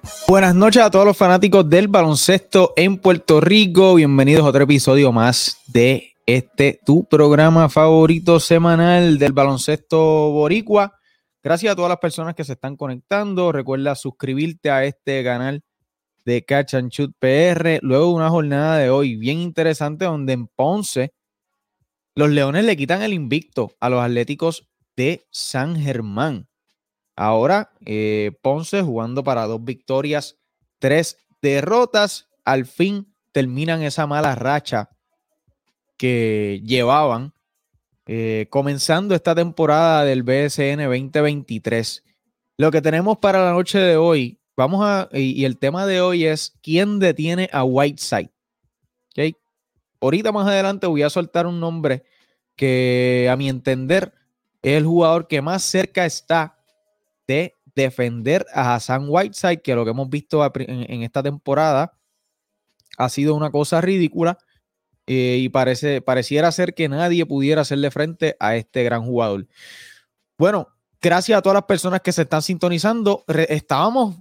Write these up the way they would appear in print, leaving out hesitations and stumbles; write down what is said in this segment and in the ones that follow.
Buenas noches a todos los fanáticos del baloncesto en Puerto Rico. Bienvenidos a otro episodio más de tu programa favorito semanal del baloncesto boricua. Gracias a todas las personas que se están conectando. Recuerda suscribirte a este canal de Catch and Shoot PR. Luego de una jornada de hoy bien interesante donde en Ponce los Leones le quitan el invicto a los Atléticos de San Germán. Ahora Ponce jugando para 2 victorias, 3 derrotas. Al fin terminan esa mala racha que llevaban comenzando esta temporada del BSN 2023. Lo que tenemos para la noche de hoy, y el tema de hoy es ¿quién detiene a Whiteside? ¿Okay? Ahorita más adelante voy a soltar un nombre que a mi entender es el jugador que más cerca está de defender a Hassan Whiteside, que lo que hemos visto en esta temporada ha sido una cosa ridícula y pareciera ser que nadie pudiera hacerle frente a este gran jugador. Bueno, gracias a todas las personas que se están sintonizando. Estamos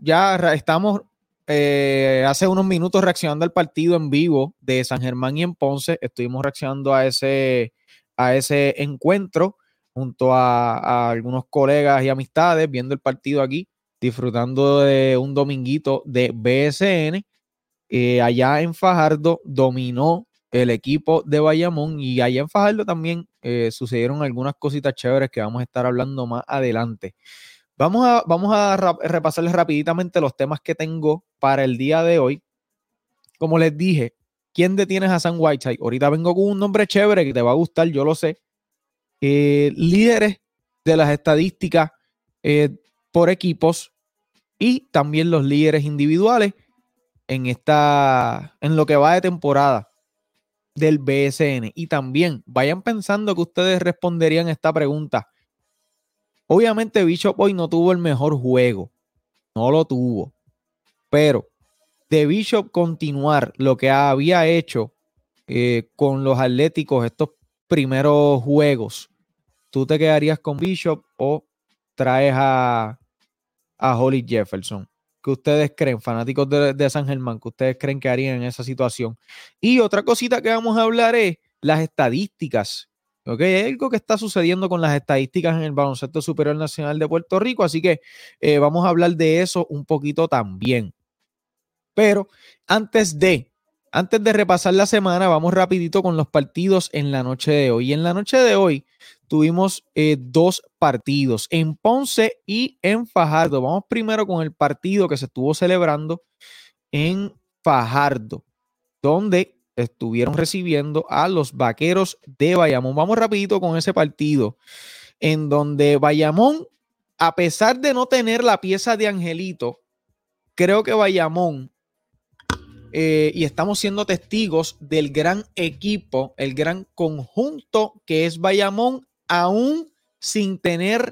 hace unos minutos reaccionando al partido en vivo de San Germán y en Ponce. Estuvimos reaccionando a ese encuentro junto a algunos colegas y amistades, viendo el partido aquí, disfrutando de un dominguito de BSN. Allá en Fajardo dominó el equipo de Bayamón y allá en Fajardo también sucedieron algunas cositas chéveres que vamos a estar hablando más adelante. Vamos a repasarles rapiditamente los temas que tengo para el día de hoy. Como les dije, ¿quién detiene a Hassan Whiteside? Ahorita vengo con un nombre chévere que te va a gustar, yo lo sé. Líderes de las estadísticas por equipos y también los líderes individuales en lo que va de temporada del BSN. Y también vayan pensando que ustedes responderían esta pregunta. Obviamente Bishop hoy no tuvo el mejor juego, no lo tuvo, pero de Bishop continuar lo que había hecho con los Atléticos estos primeros juegos, ¿tú te quedarías con Bishop o traes a Hollis Jefferson? ¿Qué ustedes creen, fanáticos de San Germán? ¿Qué ustedes creen que harían en esa situación? Y otra cosita que vamos a hablar es las estadísticas. ¿Ok? Hay algo que está sucediendo con las estadísticas en el Baloncesto Superior Nacional de Puerto Rico, así que vamos a hablar de eso un poquito también. Pero antes de repasar la semana, vamos rapidito con los partidos en la noche de hoy. Y en la noche de hoy tuvimos 2 partidos en Ponce y en Fajardo. Vamos primero con el partido que se estuvo celebrando en Fajardo, donde estuvieron recibiendo a los Vaqueros de Bayamón. Vamos rapidito con ese partido, en donde Bayamón, a pesar de no tener la pieza de Angelito, creo que Bayamón, y estamos siendo testigos del gran equipo, el gran conjunto que es Bayamón, aún sin tener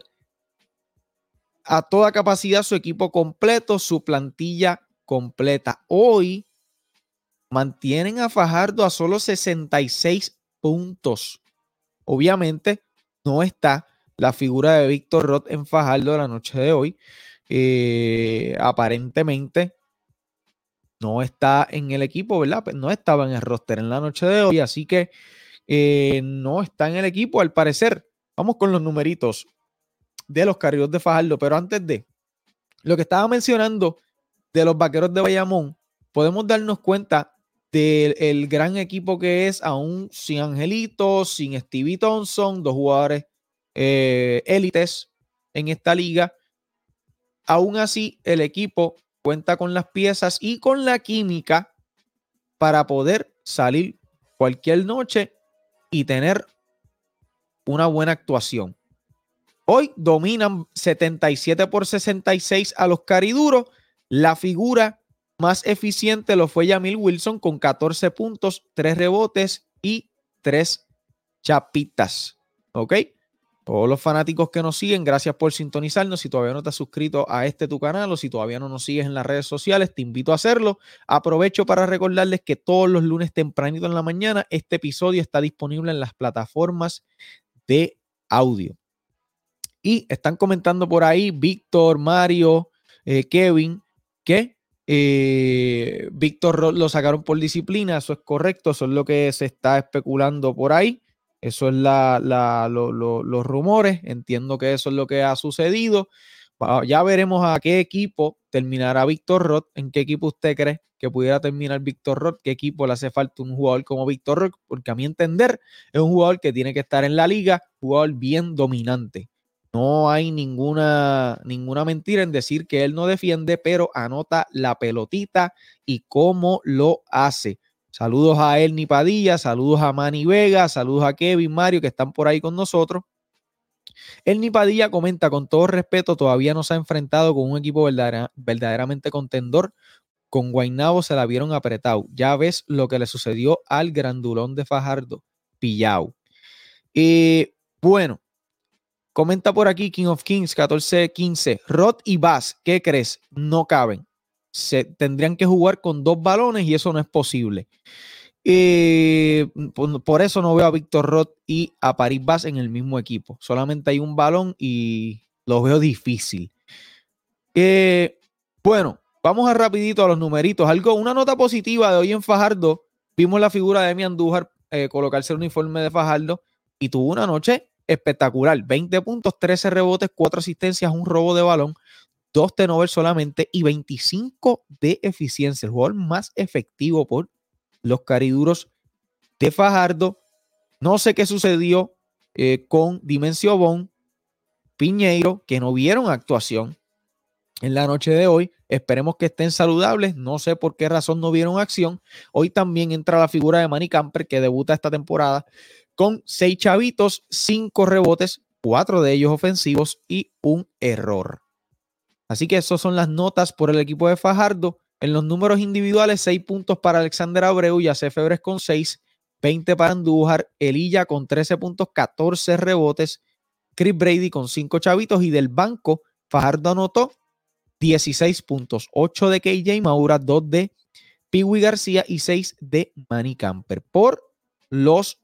a toda capacidad su equipo completo, su plantilla completa. Hoy mantienen a Fajardo a solo 66 puntos. Obviamente no está la figura de Víctor Roth en Fajardo la noche de hoy. Aparentemente no está en el equipo, ¿verdad? No estaba en el roster en la noche de hoy, así que no está en el equipo al parecer. Vamos con los numeritos de los Carrillos de Fajardo, pero antes de lo que estaba mencionando de los Vaqueros de Bayamón, podemos darnos cuenta del gran equipo que es, aún sin Angelito, sin Stevie Thompson, 2 jugadores élites en esta liga. Aún así, el equipo cuenta con las piezas y con la química para poder salir cualquier noche y tener una buena actuación. Hoy dominan 77-66 a los cariduros. La figura más eficiente lo fue Yamil Wilson con 14 puntos, 3 rebotes y 3 chapitas. ¿Ok? Todos los fanáticos que nos siguen, gracias por sintonizarnos. Si todavía no te has suscrito a tu canal o si todavía no nos sigues en las redes sociales, te invito a hacerlo. Aprovecho para recordarles que todos los lunes tempranito en la mañana este episodio está disponible en las plataformas de audio. Y están comentando por ahí Víctor, Mario, Kevin, que Víctor Roth lo sacaron por disciplina, eso es correcto, eso es lo que se está especulando por ahí. Eso es los rumores. Entiendo que eso es lo que ha sucedido. Ya veremos a qué equipo terminará Víctor Roth. ¿En qué equipo usted cree que pudiera terminar Víctor Roth? ¿Qué equipo le hace falta un jugador como Víctor Roth? Porque a mi entender es un jugador que tiene que estar en la liga, jugador bien dominante. No hay ninguna mentira en decir que él no defiende, pero anota la pelotita y cómo lo hace. Saludos a Ernie Padilla, saludos a Manny Vega, saludos a Kevin, Mario, que están por ahí con nosotros. Ernie Padilla comenta: con todo respeto, todavía no se ha enfrentado con un equipo verdaderamente contendor. Con Guaynabo se la vieron apretado. Ya ves lo que le sucedió al grandulón de Fajardo, pillao. Bueno, comenta por aquí King of Kings 1415. Roth y Bass, ¿qué crees? No caben. Tendrían que jugar con 2 balones y eso no es posible. Por eso no veo a Víctor Roth y a Paris Bass en el mismo equipo. Solamente hay un balón y lo veo difícil. Bueno, vamos a rapidito a los numeritos. Una nota positiva de hoy en Fajardo. Vimos la figura de Emi Andújar colocarse el uniforme de Fajardo y tuvo una noche espectacular. 20 puntos, 13 rebotes, 4 asistencias, un robo de balón, 2 turnovers solamente y 25 de eficiencia. El jugador más efectivo por los cariduros de Fajardo. No sé qué sucedió con Dimensio Bon, Piñeiro, que no vieron actuación en la noche de hoy. Esperemos que estén saludables. No sé por qué razón no vieron acción. Hoy también entra la figura de Manny Camper, que debuta esta temporada con 6 chavitos, 5 rebotes, 4 de ellos ofensivos y un error. Así que esas son las notas por el equipo de Fajardo. En los números individuales, 6 puntos para Alexander Abreu, Yacé Febres con 6, 20 para Andújar, Elilla con 13 puntos, 14 rebotes, Chris Brady con 5 chavitos y del banco Fajardo anotó 16 puntos, 8 de KJ Maura, 2 de Piwi García y 6 de Manny Camper. Por los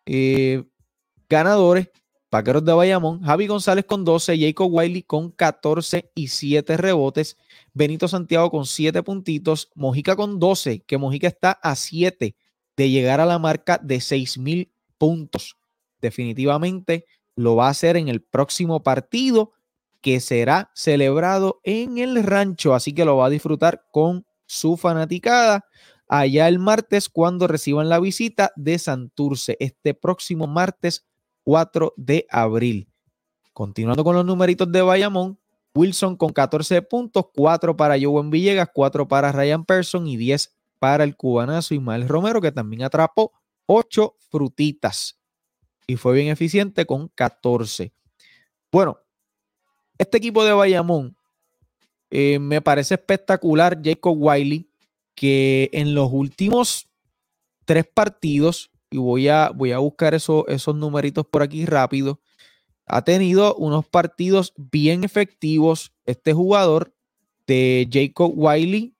ganadores, Vaqueros de Bayamón, Javi González con 12, Jacob Wiley con 14 y 7 rebotes, Benito Santiago con 7 puntitos, Mojica con 12, que Mojica está a 7 de llegar a la marca de 6,000 puntos. Definitivamente lo va a hacer en el próximo partido, que será celebrado en el rancho, así que lo va a disfrutar con su fanaticada allá el martes cuando reciban la visita de Santurce, este próximo martes 4 de abril. Continuando con los numeritos de Bayamón, Wilson con 14 puntos, 4 para Joven Villegas, 4 para Ryan Person y 10 para el cubanazo Ismael Romero, que también atrapó 8 frutitas y fue bien eficiente con 14. Bueno, este equipo de Bayamón me parece espectacular. Jacob Wiley, que en los últimos 3 partidos, y voy a buscar esos numeritos por aquí rápido, ha tenido unos partidos bien efectivos. Este jugador de Jacob Wiley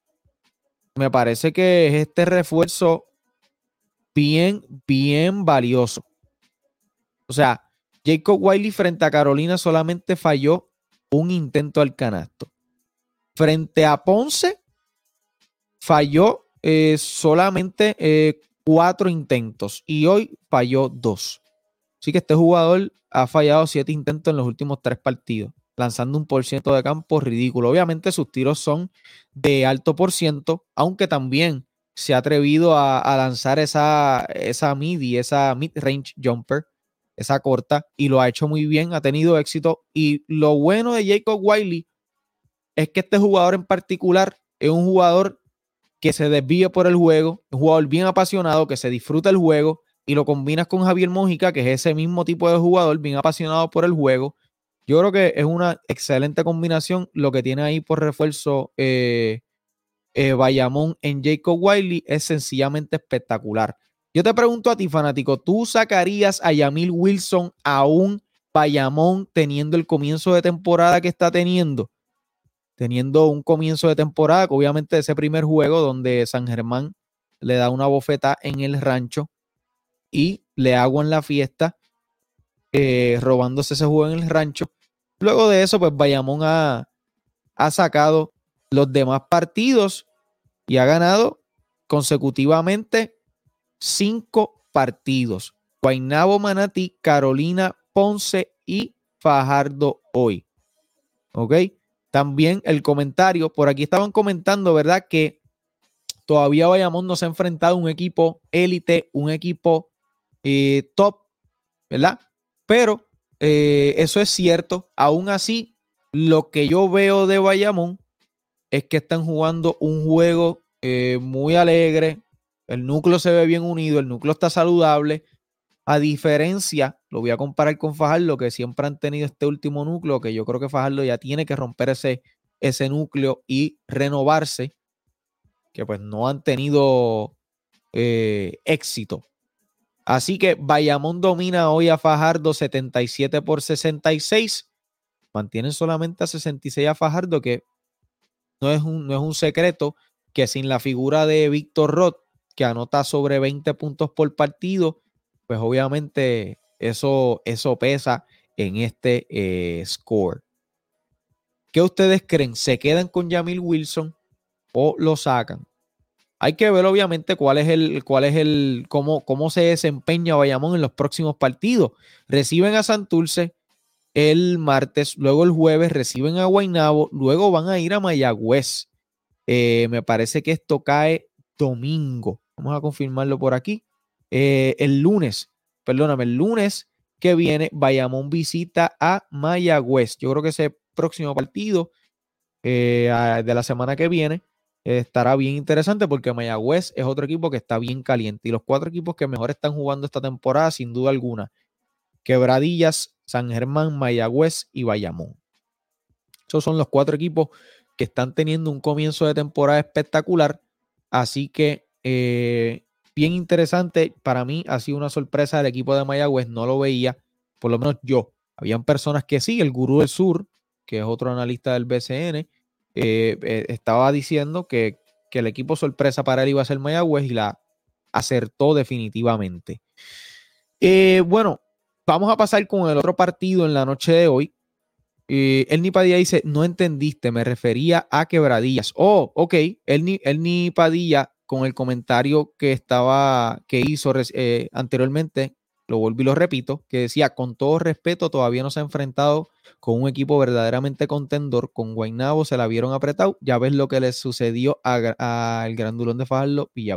me parece que es este refuerzo bien valioso. O sea, Jacob Wiley frente a Carolina solamente falló un intento al canasto. Frente a Ponce falló solamente 4 intentos y hoy falló 2. Así que este jugador ha fallado 7 intentos en los últimos 3 partidos, lanzando un % de campo ridículo. Obviamente sus tiros son de alto %, aunque también se ha atrevido a lanzar esa mid-range jumper, esa corta, y lo ha hecho muy bien, ha tenido éxito. Y lo bueno de Jacob Wiley es que este jugador en particular es un jugador que se desvíe por el juego, un jugador bien apasionado, que se disfruta el juego, y lo combinas con Javier Mojica, que es ese mismo tipo de jugador, bien apasionado por el juego. Yo creo que es una excelente combinación lo que tiene ahí por refuerzo Bayamón en Jacob Wiley, es sencillamente espectacular. Yo te pregunto a ti, fanático, ¿tú sacarías a Yamil Wilson a un Bayamón teniendo el comienzo de temporada que está teniendo? Teniendo un comienzo de temporada, que obviamente ese primer juego donde San Germán le da una bofeta en el rancho y le aguan la fiesta, robándose ese juego en el rancho. Luego de eso, pues Bayamón ha sacado los demás partidos y ha ganado consecutivamente 5 partidos. Guaynabo, Manatí, Carolina, Ponce y Fajardo hoy. ¿Ok? También el comentario, por aquí estaban comentando, ¿verdad? Que todavía Bayamón no se ha enfrentado a un equipo élite, un equipo top, ¿verdad? Pero eso es cierto. Aún así, lo que yo veo de Bayamón es que están jugando un juego muy alegre. El núcleo se ve bien unido, el núcleo está saludable. A diferencia, lo voy a comparar con Fajardo, que siempre han tenido este último núcleo, que yo creo que Fajardo ya tiene que romper ese núcleo y renovarse, que pues no han tenido éxito. Así que Bayamón domina hoy a Fajardo 77-66. Mantienen solamente a 66 a Fajardo, que no es un secreto que sin la figura de Víctor Roth, que anota sobre 20 puntos por partido, pues obviamente eso pesa en este score. ¿Qué ustedes creen? ¿Se quedan con Jamil Wilson o lo sacan? Hay que ver obviamente cómo se desempeña Bayamón en los próximos partidos. Reciben a Santurce el martes, luego el jueves reciben a Guaynabo, luego van a ir a Mayagüez. Me parece que esto cae domingo. Vamos a confirmarlo por aquí. El lunes que viene, Bayamón visita a Mayagüez. Yo creo que ese próximo partido de la semana que viene estará bien interesante porque Mayagüez es otro equipo que está bien caliente. Y los 4 equipos que mejor están jugando esta temporada, sin duda alguna: Quebradillas, San Germán, Mayagüez y Bayamón. Esos son los 4 equipos que están teniendo un comienzo de temporada espectacular. Así que bien interesante. Para mí ha sido una sorpresa el equipo de Mayagüez. No lo veía, por lo menos yo. Habían personas que sí. El Gurú del Sur, que es otro analista del BCN, estaba diciendo que el equipo sorpresa para él iba a ser Mayagüez y la acertó definitivamente. Bueno, vamos a pasar con el otro partido en la noche de hoy. Elni Padilla dice: no entendiste, me refería a Quebradillas. Oh, ok. Elni Padilla, con el comentario que hizo anteriormente, lo vuelvo y lo repito, que decía: con todo respeto, todavía no se ha enfrentado con un equipo verdaderamente contendor. Con Guaynabo se la vieron apretado. Ya ves lo que le sucedió al Grandulón de Fajardo Pillao.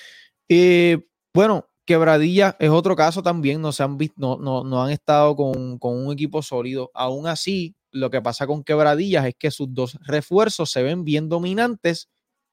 Bueno, Quebradilla es otro caso también. No se han visto, no han estado con un equipo sólido. Aún así, lo que pasa con Quebradillas es que sus 2 refuerzos se ven bien dominantes.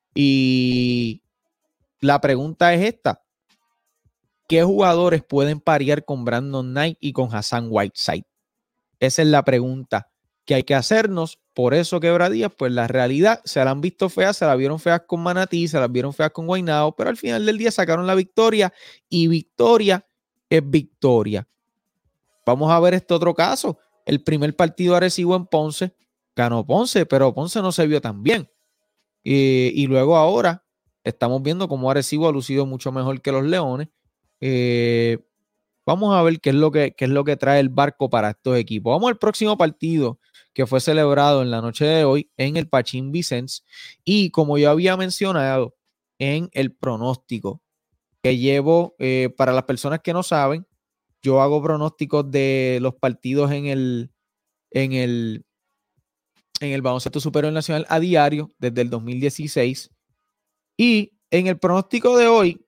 Y la pregunta es esta: ¿qué jugadores pueden parear con Brandon Knight y con Hassan Whiteside? Esa es la pregunta que hay que hacernos. Por eso Quebradillas, pues la realidad, se la han visto feas, se la vieron feas con Manatí, se las vieron feas con Guaynabo, pero al final del día sacaron la victoria y victoria es victoria. Vamos a ver este otro caso. El primer partido Arecibo en Ponce, ganó Ponce, pero Ponce no se vio tan bien. Y luego ahora estamos viendo cómo Arecibo ha lucido mucho mejor que los Leones. Vamos a ver qué es lo que trae el barco para estos equipos. Vamos al próximo partido que fue celebrado en la noche de hoy en el Pachín Vicens. Y como yo había mencionado en el pronóstico que llevo, para las personas que no saben, yo hago pronósticos de los partidos en el baloncesto superior nacional a diario desde el 2016. Y en el pronóstico de hoy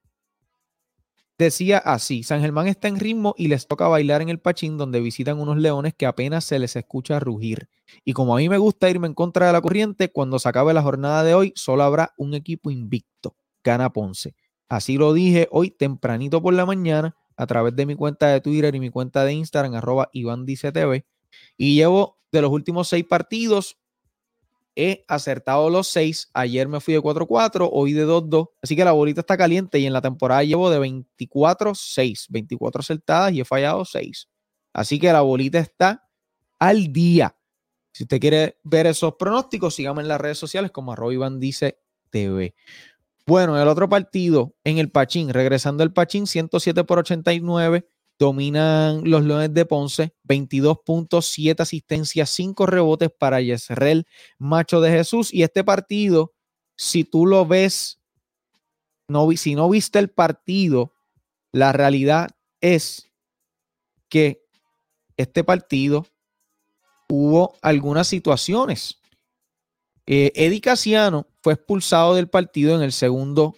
decía así: San Germán está en ritmo y les toca bailar en el Pachín, donde visitan unos Leones que apenas se les escucha rugir. Y como a mí me gusta irme en contra de la corriente, cuando se acabe la jornada de hoy, solo habrá un equipo invicto: gana Ponce. Así lo dije hoy tempranito por la mañana a través de mi cuenta de Twitter y mi cuenta de Instagram, @IvanDiceTV. Y llevo de los últimos 6 partidos, he acertado los 6. Ayer me fui de 4-4, hoy de 2-2. Así que la bolita está caliente y en la temporada llevo de 24-6, 24 acertadas y he fallado 6. Así que la bolita está al día. Si usted quiere ver esos pronósticos, sígame en las redes sociales como @IvanDiceTV. Bueno, el otro partido en el Pachín, regresando al Pachín, 107-89, dominan los Leones de Ponce, 22 puntos, 7 asistencias, 5 rebotes para Yesrel Macho de Jesús. Y este partido, si tú lo ves, si no viste el partido, la realidad es que este partido hubo algunas situaciones. Eddie Casiano fue expulsado del partido en el segundo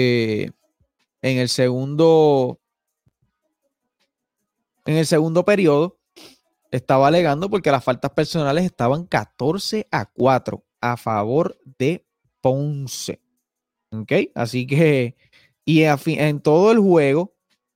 periodo. Estaba alegando porque las faltas personales estaban 14-4 a favor de Ponce. ¿Ok? Así que, y en todo el juego,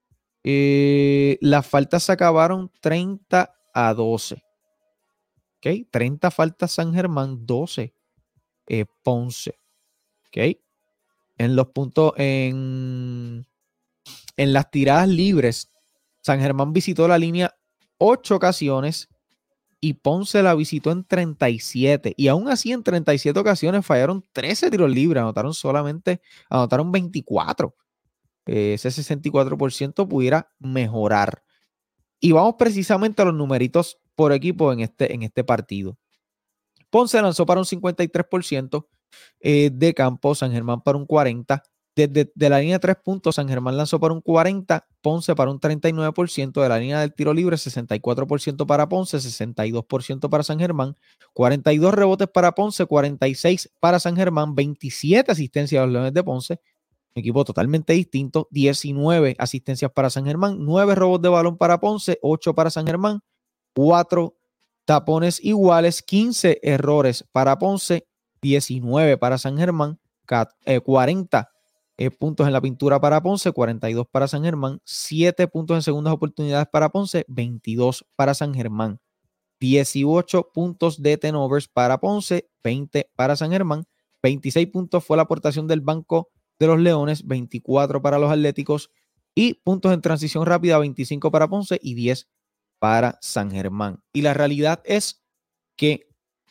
las faltas se acabaron 30-12. ¿Ok? 30 faltas San Germán, 12 Ponce. ¿Ok? En los puntos, en las tiradas libres, San Germán visitó la línea 8 ocasiones y Ponce la visitó en 37. Y aún así, en 37 ocasiones fallaron 13 tiros libres, anotaron 24. Ese 64% pudiera mejorar. Y vamos precisamente a los numeritos por equipo en este partido. Ponce lanzó para un 53% de campo, San Germán para un 40%. Desde la línea de 3 puntos, San Germán lanzó para un 40%, Ponce para un 39%, de la línea del tiro libre, 64% para Ponce, 62% para San Germán, 42 rebotes para Ponce, 46 para San Germán, 27 asistencias a los Leones de Ponce, equipo totalmente distinto, 19 asistencias para San Germán, 9 robos de balón para Ponce, 8 para San Germán, 4 tapones iguales, 15 errores para Ponce, 19 para San Germán, 40 puntos en la pintura para Ponce, 42 para San Germán, 7 puntos en segundas oportunidades para Ponce, 22 para San Germán, 18 puntos de turnovers para Ponce, 20 para San Germán, 26 puntos fue la aportación del banco de los Leones, 24 para los Atléticos y puntos en transición rápida, 25 para Ponce y 10 para San Germán. Y la realidad es que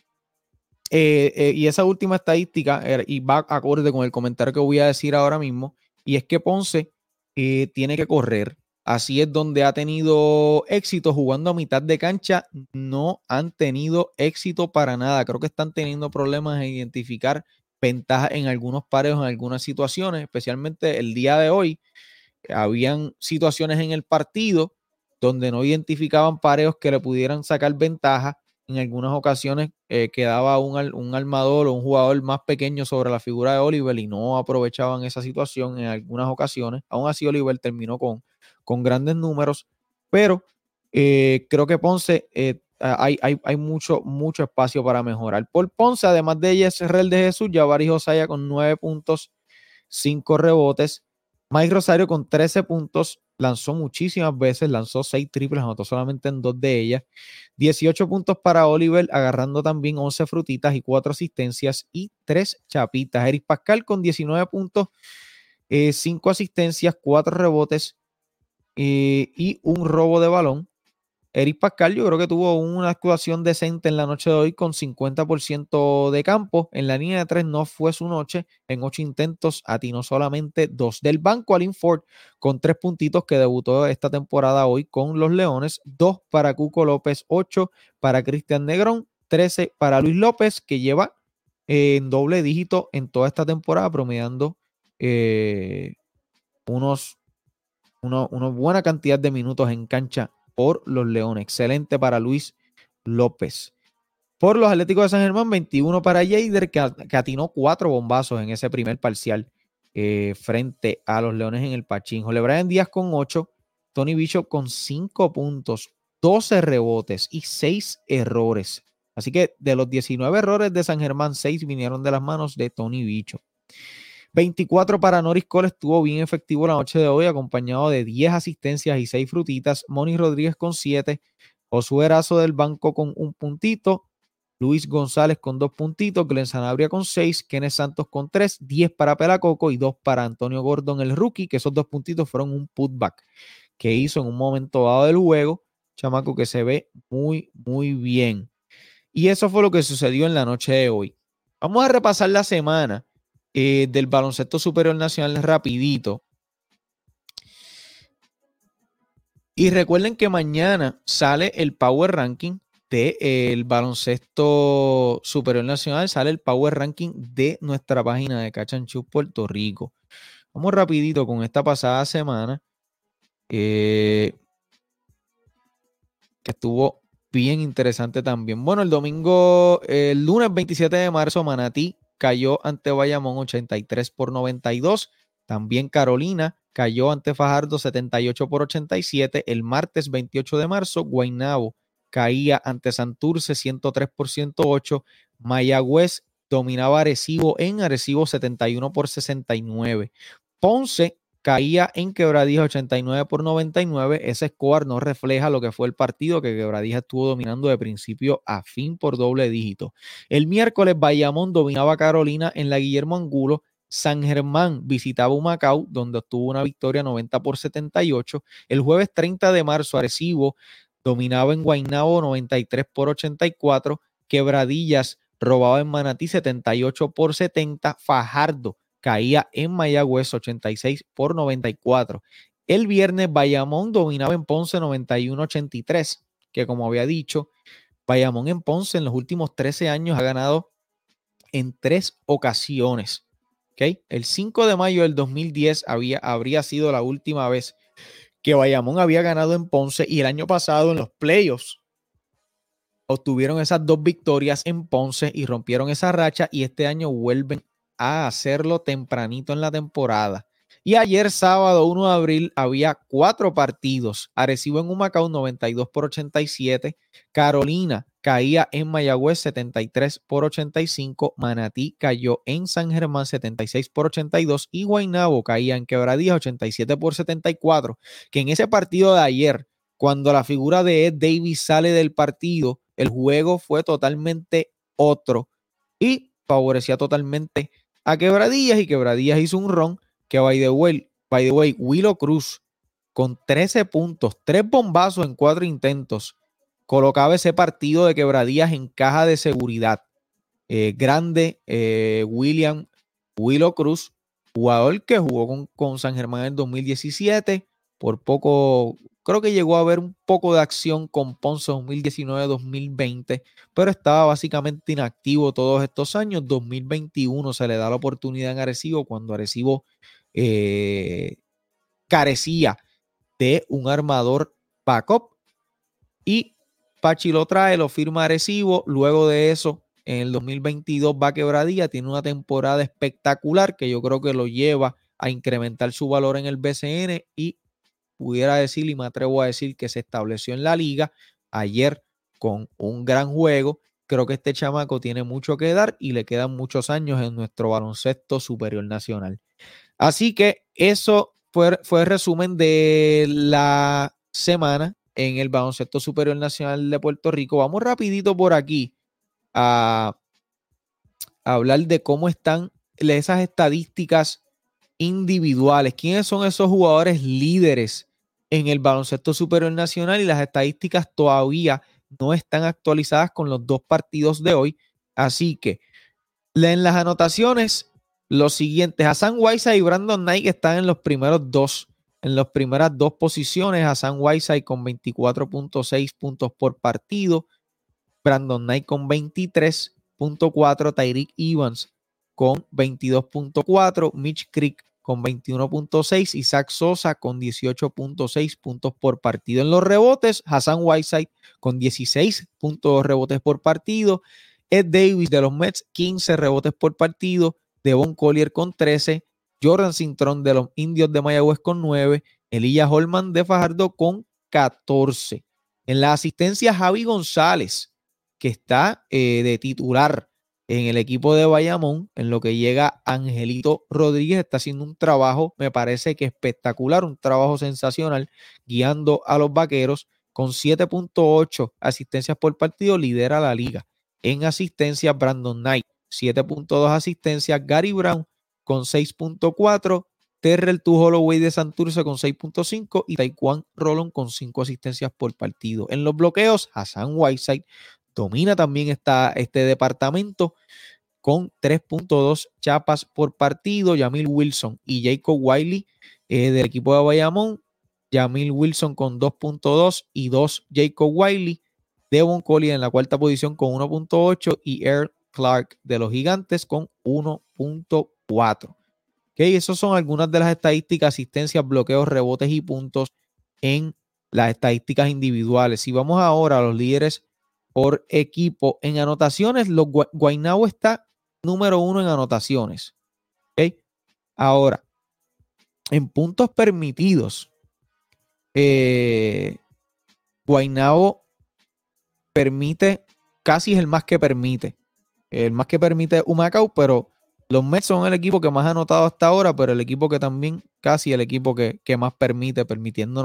y esa última estadística y va acorde con el comentario que voy a decir ahora mismo, y es que Ponce tiene que correr. Así es donde ha tenido éxito jugando a mitad de cancha. No han tenido éxito para nada. Creo que están teniendo problemas en identificar ventajas en algunos pares o en algunas situaciones, especialmente el día de hoy. Habían situaciones en el partido donde no identificaban pareos que le pudieran sacar ventaja. En algunas ocasiones quedaba un armador o un jugador más pequeño sobre la figura de Oliver y no aprovechaban esa situación en algunas ocasiones. Aún así, Oliver terminó con grandes números, pero creo que Ponce hay mucho espacio para mejorar. Por Ponce, además de Yesrel de Jesús, Jabari Josaya con 9 puntos, 5 rebotes. Mike Rosario con 13 puntos, lanzó muchísimas veces, lanzó 6 triples, anotó solamente en 2 de ellas. 18 puntos para Oliver, agarrando también 11 frutitas y 4 asistencias y 3 chapitas. Eric Pascal con 19 puntos, 5 asistencias, 4 rebotes y un robo de balón. Eric Pascal yo creo que tuvo una actuación decente en la noche de hoy con 50% de campo. En la línea de 3 no fue su noche. En 8 intentos atinó solamente 2. Del banco, Alin Ford con 3 puntitos, que debutó esta temporada hoy con los Leones. 2 para Cuco López, 8 para Cristian Negrón, 13 para Luis López, que lleva en doble dígito en toda esta temporada, promediando una buena cantidad de minutos en cancha por los Leones. Excelente para Luis López. Por los Atléticos de San Germán, 21 para Jader, que atinó 4 bombazos en ese primer parcial frente a los Leones en el Pachinjo. LeBron Díaz con 8, Tony Bishop con 5 puntos, 12 rebotes y 6 errores. Así que de los 19 errores de San Germán, 6 vinieron de las manos de Tony Bishop. 24 para Norris Cole, estuvo bien efectivo la noche de hoy, acompañado de 10 asistencias y 6 frutitas. Moni Rodríguez con 7, Josué Erazo del banco con 1 puntito, Luis González con 2 puntitos, Glenn Sanabria con 6, Kenneth Santos con 3, 10 para Pelacoco y 2 para Antonio Gordon, el rookie, que esos 2 puntitos fueron un putback que hizo en un momento dado del juego. Chamaco que se ve muy, muy bien. Y eso fue lo que sucedió en la noche de hoy. Vamos a repasar la semana del baloncesto superior nacional rapidito. Y recuerden que mañana sale el Power Ranking del baloncesto superior nacional, sale el Power Ranking de nuestra página de Catch and Shoot Puerto Rico. Vamos rapidito con esta pasada semana, que estuvo bien interesante también. Bueno, el lunes 27 de marzo, Manatí cayó ante Bayamón 83-92. También Carolina cayó ante Fajardo 78-87. El martes 28 de marzo, Guaynabo caía ante Santurce 103-108. Mayagüez dominaba Arecibo en Arecibo 71-69. Ponce caía en Quebradijas 89-99. Ese score no refleja lo que fue el partido, que Quebradijas estuvo dominando de principio a fin por doble dígito. El miércoles, Bayamón dominaba a Carolina en la Guillermo Angulo. San Germán visitaba Humacao, donde obtuvo una victoria 90-78. El jueves 30 de marzo, Arecibo dominaba en Guaynabo 93-84. Quebradillas robaba en Manatí 78-70. Fajardo caía en Mayagüez 86-94. El viernes, Bayamón dominaba en Ponce 91-83, que como había dicho, Bayamón en Ponce en los últimos 13 años ha ganado en 3 ocasiones. ¿Okay? El 5 de mayo del 2010 habría sido la última vez que Bayamón había ganado en Ponce, y el año pasado en los playoffs obtuvieron esas 2 victorias en Ponce y rompieron esa racha, y este año vuelven a hacerlo tempranito en la temporada. Y ayer sábado 1 de abril había 4 partidos. Arecibo en Humacao 92-87. Carolina caía en Mayagüez 73-85. Manatí cayó en San Germán 76-82. Y Guaynabo caía en Quebradijas 87-74. Que en ese partido de ayer, cuando la figura de Ed Davis sale del partido, el juego fue totalmente otro y favorecía totalmente a Quebradillas, y Quebradillas hizo un run que, by the way, Willow Cruz con 13 puntos, 3 bombazos en 4 intentos, colocaba ese partido de Quebradillas en caja de seguridad. Grande Willow Cruz, jugador que jugó con San Germán en el 2017, por poco, creo que llegó a haber un poco de acción con Ponce 2019-2020, pero estaba básicamente inactivo todos estos años. 2021 se le da la oportunidad en Arecibo, cuando Arecibo carecía de un armador backup, y Pachi lo trae, lo firma Arecibo. Luego de eso, en el 2022 va a Quebradilla, tiene una temporada espectacular que yo creo que lo lleva a incrementar su valor en el BCN, y pudiera decir, y me atrevo a decir, que se estableció en la liga ayer con un gran juego. Creo que este chamaco tiene mucho que dar y le quedan muchos años en nuestro baloncesto superior nacional. Así que eso fue el resumen de la semana en el baloncesto superior nacional de Puerto Rico. Vamos rapidito por aquí a hablar de cómo están esas estadísticas individuales. ¿Quiénes son esos jugadores líderes en el baloncesto superior nacional? Y las estadísticas todavía no están actualizadas con los 2 partidos de hoy. Así que en las anotaciones, los siguientes: Hassan Whiteside y Brandon Knight están en los primeros 2, en las primeras 2 posiciones. Hassan Whiteside con 24.6 puntos por partido, Brandon Knight con 23.4, Tyreek Evans con 22.4, Mitch Creek con 21.6, Isaac Sosa con 18.6 puntos por partido. En los rebotes, Hassan Whiteside con 16.2 rebotes por partido, Ed Davis de los Mets 15 rebotes por partido, Devon Collier con 13, Jordan Cintrón de los Indios de Mayagüez con 9, Elijah Holman de Fajardo con 14. En la asistencia, Javi González, que está de titular en el equipo de Bayamón. En lo que llega Angelito Rodríguez, está haciendo un trabajo, me parece que espectacular, un trabajo sensacional, guiando a los Vaqueros con 7.8 asistencias por partido, lidera la liga. En asistencias, Brandon Knight, 7.2 asistencias, Gary Brown con 6.4, Terrell Tu Holloway de Santurce con 6.5 y Taekwon Rolón con 5 asistencias por partido. En los bloqueos, Hassan Whiteside domina también este departamento con 3.2 chapas por partido. Yamil Wilson y Jacob Wiley del equipo de Bayamón Jamil Wilson con 2.2 y 2 Jacob Wiley. Devon Collier en la cuarta posición con 1.8 y Earl Clark de los Gigantes con 1.4. Okay, esas son algunas de las estadísticas, asistencias, bloqueos, rebotes y puntos en las estadísticas individuales. Si vamos ahora a los líderes por equipo en anotaciones, Guaynabo está número 1 en anotaciones. Okay. Ahora, en puntos permitidos, Guaynabo permite, casi es el más que permite. El más que permite Humacao, pero los Mets son el equipo que más ha anotado hasta ahora, pero el equipo que también, casi el equipo que más permite, permitiendo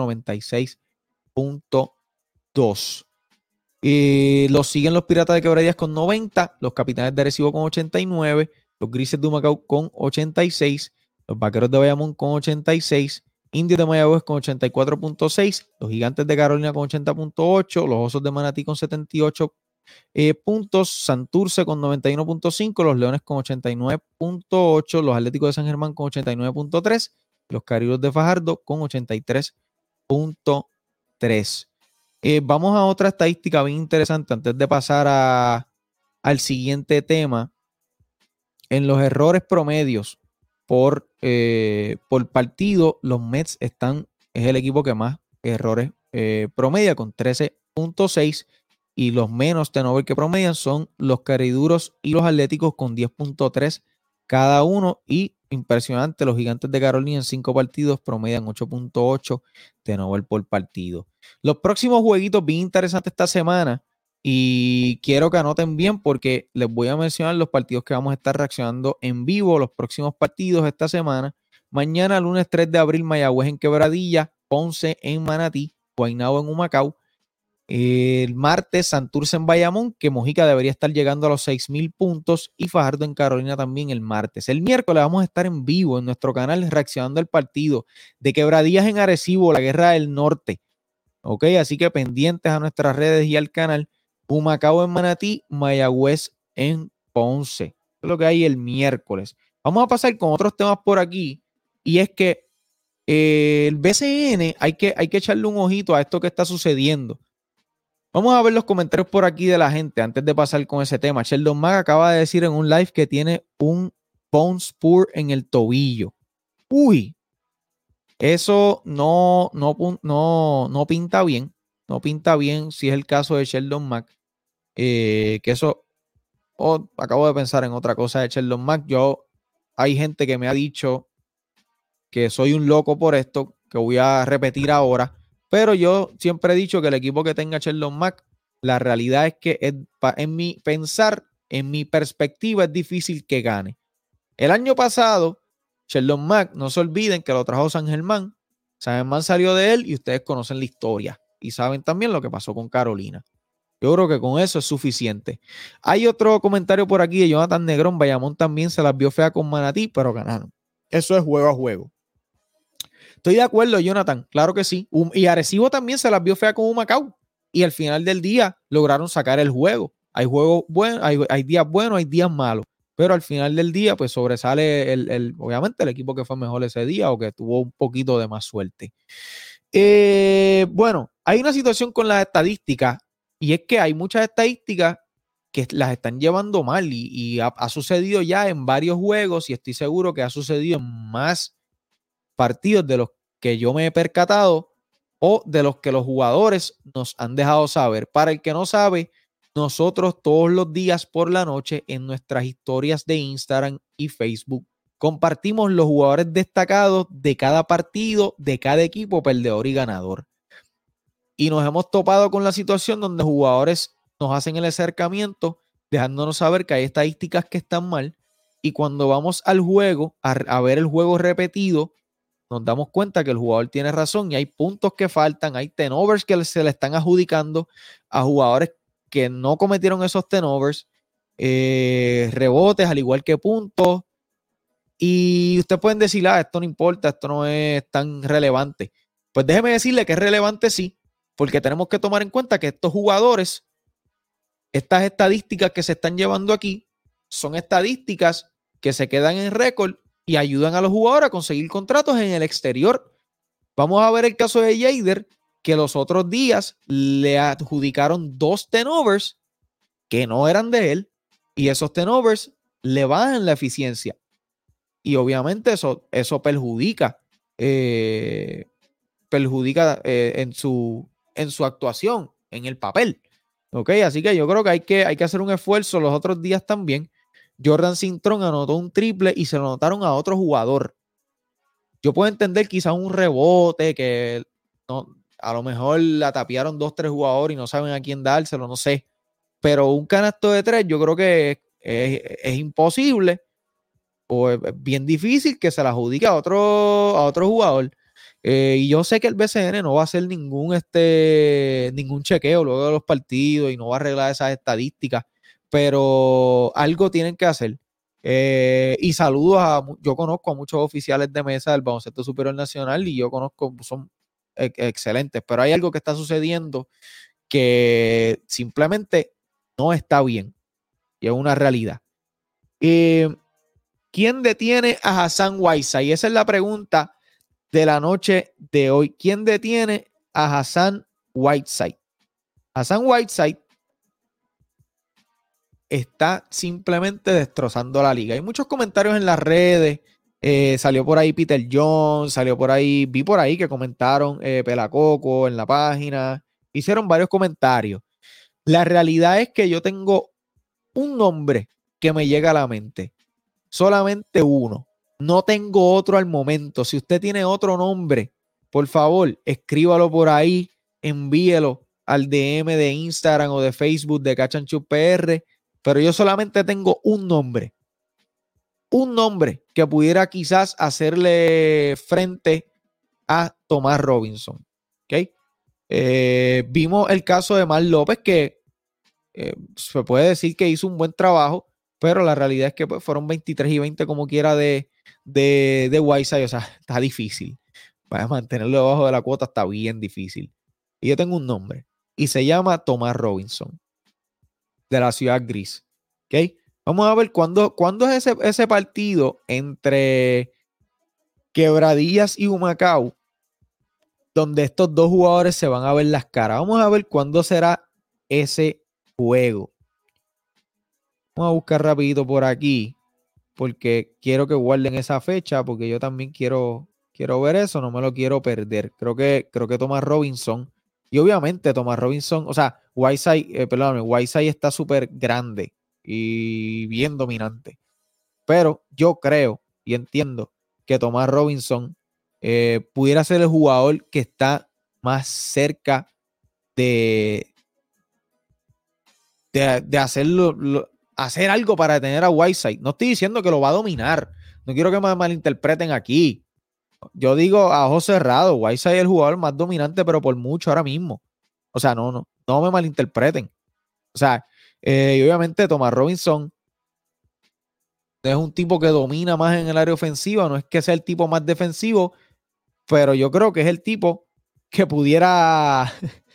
96.2. Los siguen los Piratas de Quebradillas con 90, los Capitanes de Arecibo con 89, los Grises de Humacao con 86, los Vaqueros de Bayamón con 86, Indios de Mayagüez con 84.6, los Gigantes de Carolina con 80.8, los Osos de Manatí con 78 puntos, Santurce con 91.5, los Leones con 89.8, los Atléticos de San Germán con 89.3, los Caribeos de Fajardo con 83.3. Vamos a otra estadística bien interesante antes de pasar al siguiente tema. En los errores promedios por partido, los Mets es el equipo que más errores promedia con 13.6 y los menos turnover que promedian son los Cariduros y los Atléticos con 10.3 cada uno y impresionante, los Gigantes de Carolina en 5 partidos promedian 8.8 turnover por partido. Los próximos jueguitos bien interesantes esta semana y quiero que anoten bien porque les voy a mencionar los partidos que vamos a estar reaccionando en vivo, los próximos partidos esta semana. Mañana, lunes 3 de abril, Mayagüez en Quebradilla, Ponce en Manatí, Guaynabo en Humacao. El martes, Santurce en Bayamón, que Mojica debería estar llegando a los 6,000 puntos y Fajardo en Carolina también el martes. El miércoles vamos a estar en vivo en nuestro canal reaccionando al partido de Quebradillas en Arecibo, la Guerra del Norte. Ok, así que pendientes a nuestras redes y al canal. Humacao en Manatí, Mayagüez en Ponce. Eso es lo que hay el miércoles. Vamos a pasar con otros temas por aquí y es que el BCN hay que echarle un ojito a esto que está sucediendo. Vamos a ver los comentarios por aquí de la gente antes de pasar con ese tema. Sheldon Mack acaba de decir en un live que tiene un bone spur en el tobillo. Uy, eso no pinta bien. No pinta bien si es el caso de Sheldon Mack. Que eso, acabo de pensar en otra cosa de Sheldon Mack. Hay gente que me ha dicho que soy un loco por esto, que voy a repetir ahora. Pero yo siempre he dicho que el equipo que tenga Sheldon Mack, la realidad es que en mi pensar, en mi perspectiva, es difícil que gane. El año pasado, Sheldon Mack, no se olviden que lo trajo San Germán. San Germán salió de él y ustedes conocen la historia. Y saben también lo que pasó con Carolina. Yo creo que con eso es suficiente. Hay otro comentario por aquí de Jonathan Negrón. Bayamón también se las vio fea con Manatí, pero ganaron. Eso es juego a juego. Estoy de acuerdo, Jonathan, claro que sí. Y Arecibo también se las vio fea con Humacao. Y al final del día lograron sacar el juego. Hay juegos buenos, hay días buenos, hay días malos. Pero al final del día, pues sobresale obviamente el equipo que fue mejor ese día o que tuvo un poquito de más suerte. Bueno, hay una situación con las estadísticas y es que hay muchas estadísticas que las están llevando mal y ha sucedido ya en varios juegos y estoy seguro que ha sucedido en más partidos de los que yo me he percatado o de los que los jugadores nos han dejado saber. Para el que no sabe, nosotros todos los días por la noche en nuestras historias de Instagram y Facebook compartimos los jugadores destacados de cada partido, de cada equipo perdedor y ganador. Y nos hemos topado con la situación donde jugadores nos hacen el acercamiento dejándonos saber que hay estadísticas que están mal y cuando vamos al juego, a ver el juego repetido, nos damos cuenta que el jugador tiene razón y hay puntos que faltan, hay turnovers que se le están adjudicando a jugadores que no cometieron esos turnovers, rebotes al igual que puntos. Y ustedes pueden decir, esto no importa, esto no es tan relevante. Pues déjeme decirle que es relevante sí, porque tenemos que tomar en cuenta que estos jugadores, estas estadísticas que se están llevando aquí, son estadísticas que se quedan en récord y ayudan a los jugadores a conseguir contratos en el exterior. Vamos a ver el caso de Jader, que los otros días le adjudicaron 2 turnovers que no eran de él, y esos turnovers le bajan la eficiencia. Y obviamente eso perjudica en su actuación, en el papel. ¿Ok? Así que yo creo que hay que hacer un esfuerzo. Los otros días también, Jordan Cintrón anotó un triple y se lo anotaron a otro jugador. Yo puedo entender quizás un rebote que no, a lo mejor la tapiaron 2-3 jugadores y no saben a quién dárselo, no sé. Pero un canasto de 3 yo creo que es imposible o es bien difícil que se la adjudique a otro jugador. Y yo sé que el BCN no va a hacer ningún chequeo luego de los partidos y no va a arreglar esas estadísticas, pero algo tienen que hacer. Y saludos yo conozco a muchos oficiales de mesa del baloncesto superior nacional y yo conozco, son excelentes, pero hay algo que está sucediendo que simplemente no está bien y es una realidad. ¿Quién detiene a Hassan Whiteside? Y esa es la pregunta de la noche de hoy. ¿Quién detiene a Hassan Whiteside? Hassan Whiteside está simplemente destrozando la liga. Hay muchos comentarios en las redes. Salió por ahí Peter Jones, vi por ahí que comentaron Pelacoco en la página. Hicieron varios comentarios. La realidad es que yo tengo un nombre que me llega a la mente. Solamente uno. No tengo otro al momento. Si usted tiene otro nombre, por favor, escríbalo por ahí, envíelo al DM de Instagram o de Facebook de Catch and Shoot PR. Pero yo solamente tengo un nombre que pudiera quizás hacerle frente a Tomás Robinson. ¿Ok? Vimos el caso de Mark López, que se puede decir que hizo un buen trabajo, pero la realidad es que pues, fueron 23 y 20 como quiera de Whiteside. O sea, está difícil. Para mantenerlo debajo de la cuota está bien difícil. Y yo tengo un nombre y se llama Tomás Robinson, de la Ciudad Gris. ¿Ok? Vamos a ver cuándo es ese partido entre Quebradillas y Humacao, donde estos dos jugadores se van a ver las caras. Vamos a ver cuándo será ese juego. Vamos a buscar rapidito por aquí, porque quiero que guarden esa fecha, porque yo también quiero ver eso, no me lo quiero perder. Creo que Tomás Robinson, y obviamente Tomás Robinson, o sea, Whiteside está súper grande y bien dominante, pero yo creo y entiendo que Tomás Robinson pudiera ser el jugador que está más cerca de hacer algo para detener a Whiteside. No estoy diciendo que lo va a dominar. No quiero que me malinterpreten aquí. Yo digo a ojos cerrados, Whiteside es el jugador más dominante, pero por mucho ahora mismo. O sea, no me malinterpreten. O sea, y obviamente Thomas Robinson es un tipo que domina más en el área ofensiva, no es que sea el tipo más defensivo, pero yo creo que es el tipo que pudiera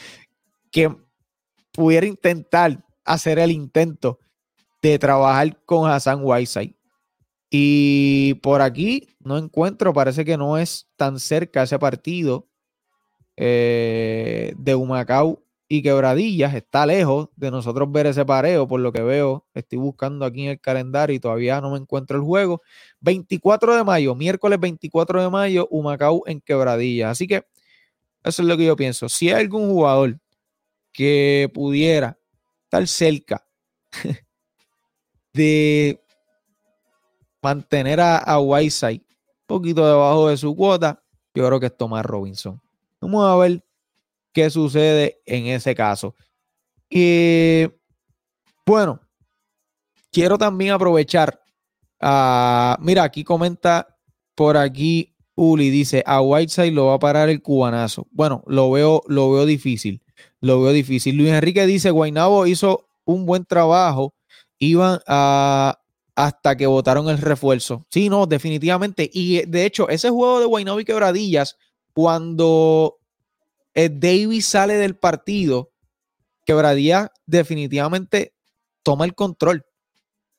intentar hacer el intento de trabajar con Hassan Whiteside. Y por aquí no encuentro, parece que no es tan cerca ese partido de Humacao y Quebradillas. Está lejos de nosotros ver ese pareo, por lo que veo. Estoy buscando aquí en el calendario y todavía no me encuentro el juego. 24 de mayo, miércoles 24 de mayo, Humacao en Quebradillas. Así que eso es lo que yo pienso. Si hay algún jugador que pudiera estar cerca de mantener a Whiteside un poquito debajo de su cuota, yo creo que es Tomás Robinson. Vamos a ver qué sucede en ese caso. Y bueno, quiero también aprovechar. Mira, aquí comenta por aquí Uli, dice, a Whiteside lo va a parar el cubanazo. Bueno, lo veo difícil. Lo veo difícil. Luis Enrique dice, Guaynabo hizo un buen trabajo. Iban hasta que votaron el refuerzo. Sí, no, definitivamente. Y de hecho, ese juego de Guaynabo y Quebradillas, cuando Davis sale del partido, Quebradillas definitivamente toma el control.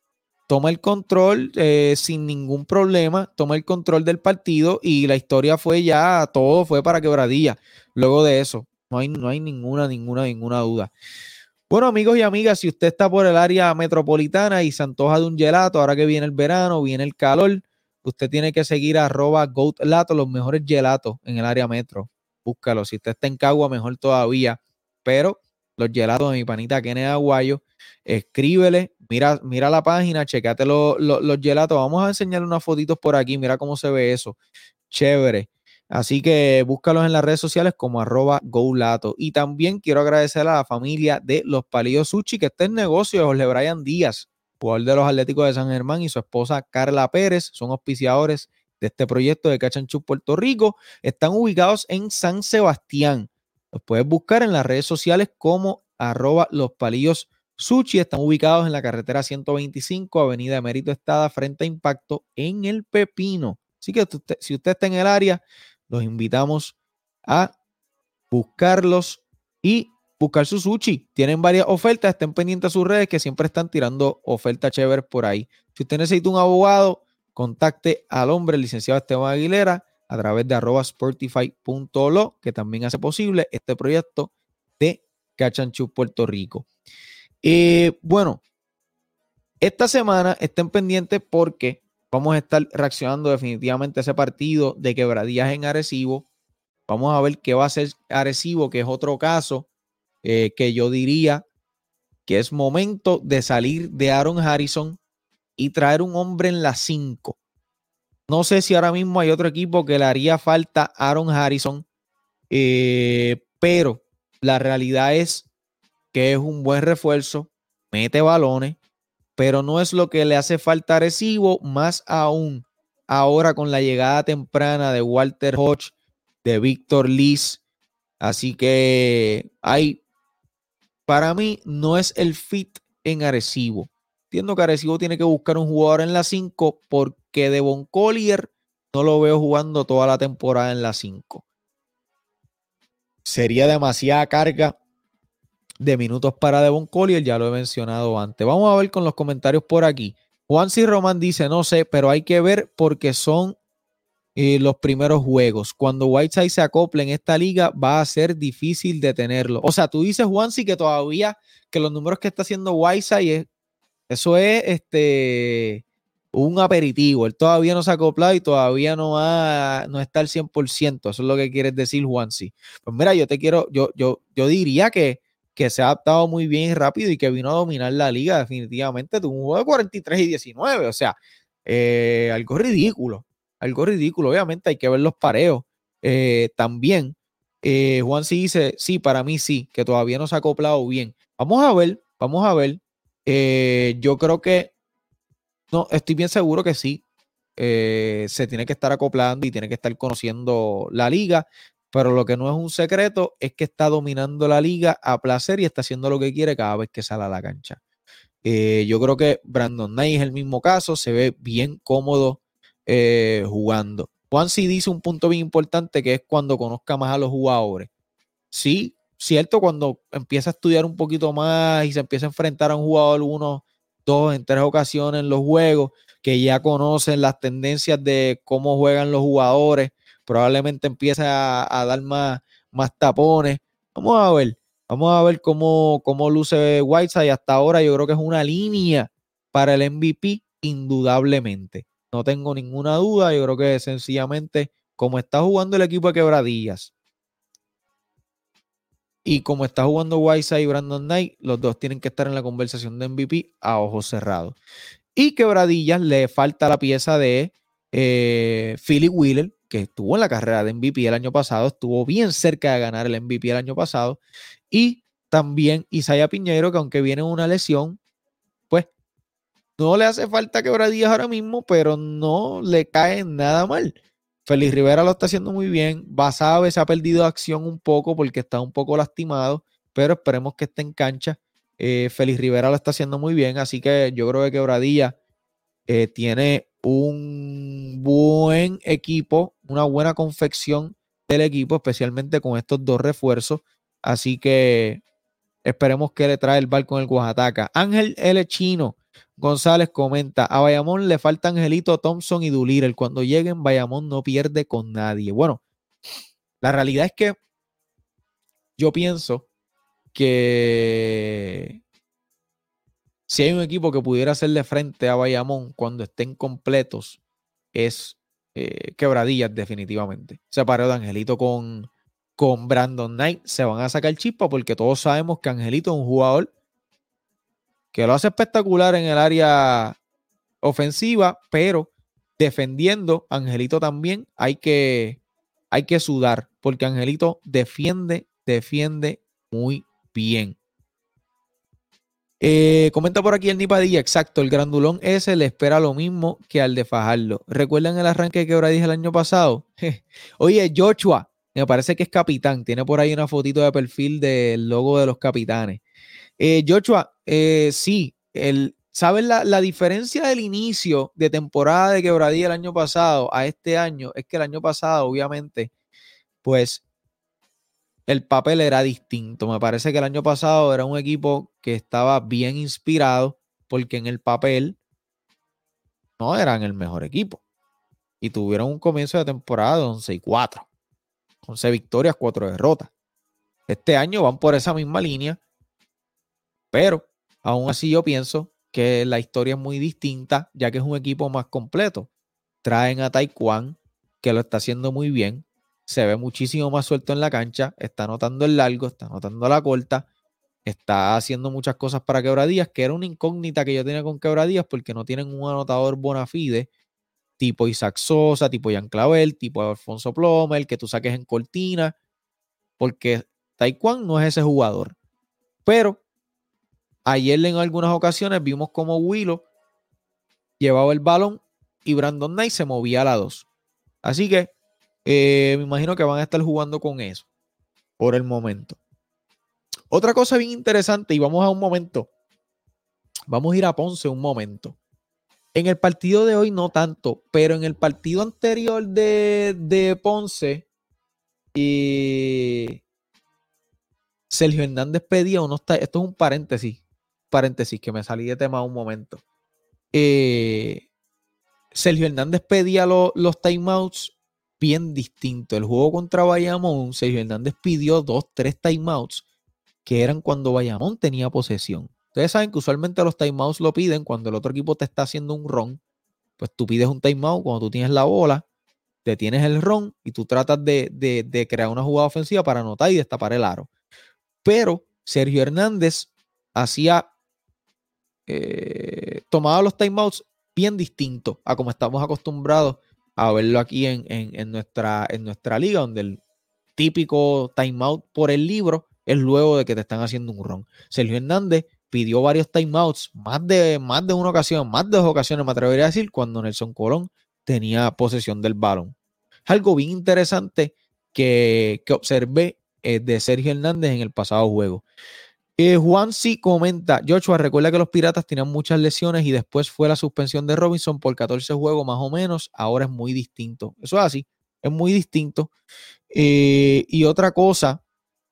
toma el control sin ningún problema, toma el control del partido y la historia fue ya, todo fue para Quebradillas. Luego de eso, no hay ninguna duda. Bueno, amigos y amigas, si usted está por el área metropolitana y se antoja de un gelato, ahora que viene el verano, viene el calor, usted tiene que seguir a @GoatLato, los mejores gelatos en el área metro. Búscalo. Si usted está en Cagua, mejor todavía. Pero los gelatos de mi panita Kenneth Aguayo, escríbele, mira la página, checate los gelatos. Vamos a enseñarle unas fotitos por aquí. Mira cómo se ve eso. Chévere. Así que búscalos en las redes sociales como @GoLato. Y también quiero agradecer a la familia de Los Palillos Sushi, que está en negocio de Jorge Brian Díaz, jugador de los Atléticos de San Germán, y su esposa Carla Pérez. Son auspiciadores de este proyecto de Catch and Shoot Puerto Rico. Están ubicados en San Sebastián. Los puedes buscar en las redes sociales como @Los Palillos Sushi. Están ubicados en la carretera 125, Avenida Emérito Estada, frente a Impacto, en El Pepino. Así que si usted está en el área, los invitamos a buscarlos y buscar su sushi. Tienen varias ofertas, estén pendientes a sus redes que siempre están tirando ofertas chéveres por ahí. Si usted necesita un abogado, contacte al hombre, el licenciado Esteban Aguilera, a través de @sportify.lo, que también hace posible este proyecto de Catch and Shoot Puerto Rico. Bueno, esta semana estén pendientes porque vamos a estar reaccionando definitivamente a ese partido de Quebradillas en Arecibo. Vamos a ver qué va a hacer Arecibo, que es otro caso que yo diría que es momento de salir de Aaron Harrison y traer un hombre en la 5. No sé si ahora mismo hay otro equipo que le haría falta a Aaron Harrison, pero la realidad es que es un buen refuerzo, mete balones, pero no es lo que le hace falta a Arecibo, más aún ahora con la llegada temprana de Walter Hodge, de Víctor Liz. Así que para mí no es el fit en Arecibo. Entiendo que Arecibo tiene que buscar un jugador en la 5 porque Devon Collier no lo veo jugando toda la temporada en la 5. Sería demasiada carga de minutos para Devon Collier, ya lo he mencionado antes. Vamos a ver con los comentarios por aquí. Juan C. Román dice, no sé, pero hay que ver porque son los primeros juegos. Cuando Whiteside se acople en esta liga, va a ser difícil detenerlo. O sea, tú dices, Juan, sí, que todavía, que los números que está haciendo Whiteside, eso es un aperitivo. Él todavía no se ha acoplado y todavía no está al 100%. Eso es lo que quieres decir, Juan, sí. Pues mira, yo diría que se ha adaptado muy bien y rápido y que vino a dominar la liga definitivamente. Tuvo un juego de 43 y 19, o sea, algo ridículo. Algo ridículo, obviamente hay que ver los pareos también. Juan sí dice, sí, para mí sí, que todavía no se ha acoplado bien. Vamos a ver. Yo creo que, no, estoy bien seguro que sí. Se tiene que estar acoplando y tiene que estar conociendo la liga, pero lo que no es un secreto es que está dominando la liga a placer y está haciendo lo que quiere cada vez que sale a la cancha. Yo creo que Brandon Knight es el mismo caso, se ve bien cómodo jugando. Juan sí dice un punto bien importante que es cuando conozca más a los jugadores. Sí, cierto, cuando empieza a estudiar un poquito más y se empieza a enfrentar a un jugador 1, 2, en 3 ocasiones en los juegos, que ya conocen las tendencias de cómo juegan los jugadores, probablemente empieza a dar más tapones. Vamos a ver cómo luce Whiteside. Hasta ahora yo creo que es una línea para el MVP, indudablemente. No tengo ninguna duda. Yo creo que sencillamente, como está jugando el equipo de Quebradillas y como está jugando Whiteside y Brandon Knight, los dos tienen que estar en la conversación de MVP a ojos cerrados. Y Quebradillas le falta la pieza de Philip Wheeler, que estuvo en la carrera de MVP el año pasado, estuvo bien cerca de ganar el MVP el año pasado. Y también Isaiah Piñeiro, que aunque viene una lesión, pues no le hace falta Quebradillas ahora mismo, pero no le cae nada mal. Félix Rivera lo está haciendo muy bien. Basabe se ha perdido acción un poco porque está un poco lastimado, pero esperemos que esté en cancha. Félix Rivera lo está haciendo muy bien, así que yo creo que Quebradillas tiene un buen equipo, una buena confección del equipo, especialmente con estos dos refuerzos. Así que esperemos que le trae el barco en el Oaxaca. Ángel L. Chino González comenta, a Bayamón le falta Angelito, Thompson y Doolittle. Cuando lleguen, Bayamón no pierde con nadie. Bueno, la realidad es que yo pienso que si hay un equipo que pudiera hacerle frente a Bayamón cuando estén completos, es Quebradillas definitivamente. Se paró de Angelito con Brandon Knight. Se van a sacar chispa porque todos sabemos que Angelito es un jugador que lo hace espectacular en el área ofensiva, pero defendiendo, Angelito también hay que sudar, porque Angelito defiende muy bien. Comenta por aquí el Nipadilla, exacto, el grandulón ese le espera lo mismo que al de Fajardo. ¿Recuerdan el arranque de Quebradilla el año pasado? Oye, Joshua, me parece que es capitán, tiene por ahí una fotito de perfil del logo de los capitanes. Joshua, sí, ¿sabes la diferencia del inicio de temporada de Quebradilla el año pasado a este año? Es que el año pasado, obviamente, pues el papel era distinto. Me parece que el año pasado era un equipo que estaba bien inspirado porque en el papel no eran el mejor equipo. Y tuvieron un comienzo de temporada de 11-4. 11 victorias, 4 derrotas. Este año van por esa misma línea, pero aún así yo pienso que la historia es muy distinta, ya que es un equipo más completo. Traen a Taekwondo, que lo está haciendo muy bien. Se ve muchísimo más suelto en la cancha. Está anotando el largo, está anotando la corta. Está haciendo muchas cosas para Quebradillas, que era una incógnita que yo tenía con Quebradillas porque no tienen un anotador bona fide, tipo Isaac Sosa, tipo Jan Clavel, tipo Alfonso Plomer, que tú saques en cortina, porque Taekwondo no es ese jugador. Pero ayer en algunas ocasiones vimos como Willow llevaba el balón y Brandon Knight se movía a la 2. Así que me imagino que van a estar jugando con eso por el momento. Otra cosa bien interesante, y vamos a un momento, vamos a ir a Ponce un momento. En el partido de hoy no tanto, pero en el partido anterior de Ponce, Sergio Hernández pedía unos, esto es un paréntesis que me salí de tema un momento. Sergio Hernández pedía los timeouts bien distintos. El juego contra Bayamón, Sergio Hernández pidió 2-3 timeouts que eran cuando Bayamón tenía posesión. Ustedes saben que usualmente los timeouts lo piden cuando el otro equipo te está haciendo un run. Pues tú pides un timeout cuando tú tienes la bola, detienes el run y tú tratas de crear una jugada ofensiva para anotar y destapar el aro. Pero Sergio Hernández tomaba los timeouts bien distintos a como estamos acostumbrados a verlo aquí en nuestra liga, donde el típico timeout por el libro es luego de que te están haciendo un run. Sergio Hernández pidió varios timeouts, más de una ocasión, más de 2 ocasiones me atrevería a decir, cuando Nelson Colón tenía posesión del balón. Es algo bien interesante que observé de Sergio Hernández en el pasado juego. Juan sí comenta, Joshua, recuerda que los Piratas tenían muchas lesiones y después fue la suspensión de Robinson por 14 juegos más o menos, ahora es muy distinto. Eso es así, es muy distinto. Y otra cosa,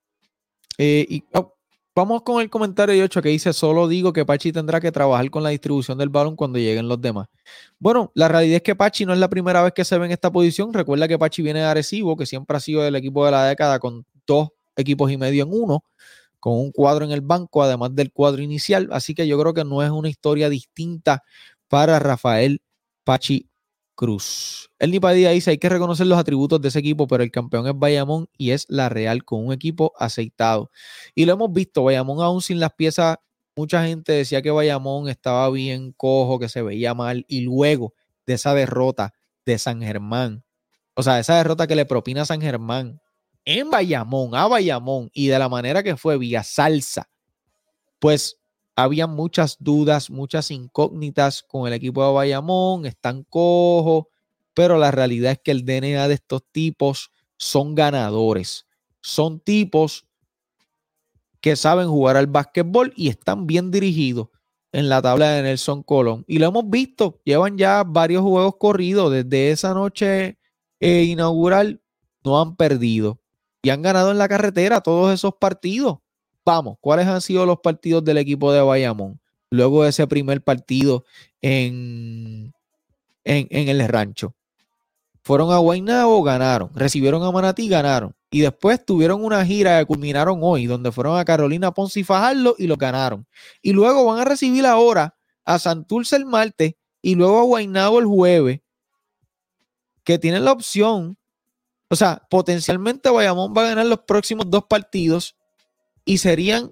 vamos con el comentario de 8 que dice, solo digo que Pachi tendrá que trabajar con la distribución del balón cuando lleguen los demás. Bueno, la realidad es que Pachi no es la primera vez que se ve en esta posición. Recuerda que Pachi viene de Arecibo, que siempre ha sido el equipo de la década con 2 equipos y medio en uno, con un cuadro en el banco, además del cuadro inicial. Así que yo creo que no es una historia distinta para Rafael Pachi Cruz. El Nipadía dice, hay que reconocer los atributos de ese equipo, pero el campeón es Bayamón y es la Real con un equipo aceitado. Y lo hemos visto, Bayamón aún sin las piezas, mucha gente decía que Bayamón estaba bien cojo, que se veía mal, y luego de esa derrota de San Germán, o sea, esa derrota que le propina San Germán en Bayamón, a Bayamón, y de la manera que fue vía salsa, pues había muchas dudas, muchas incógnitas con el equipo de Bayamón, están cojos, pero la realidad es que el DNA de estos tipos son ganadores, son tipos que saben jugar al básquetbol y están bien dirigidos en la tabla de Nelson Colón. Y lo hemos visto, llevan ya varios juegos corridos desde esa noche inaugural, no han perdido y han ganado en la carretera todos esos partidos. Vamos, ¿cuáles han sido los partidos del equipo de Bayamón? luego de ese primer partido en el Rancho. Fueron a Guaynabo, ganaron. Recibieron a Manatí, ganaron. Y después tuvieron una gira que culminaron hoy, donde fueron a Carolina, Ponce y Fajardo y los ganaron. Y luego van a recibir ahora a Santurce el martes y luego a Guaynabo el jueves, que tienen la opción. O sea, potencialmente Bayamón va a ganar los próximos 2 partidos y serían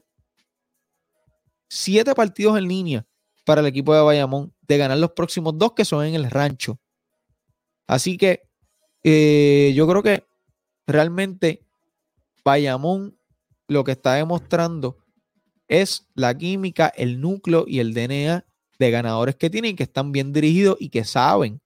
7 partidos en línea para el equipo de Bayamón de ganar los próximos 2 que son en el Rancho. Así que yo creo que realmente Bayamón lo que está demostrando es la química, el núcleo y el DNA de ganadores que tienen, que están bien dirigidos y que saben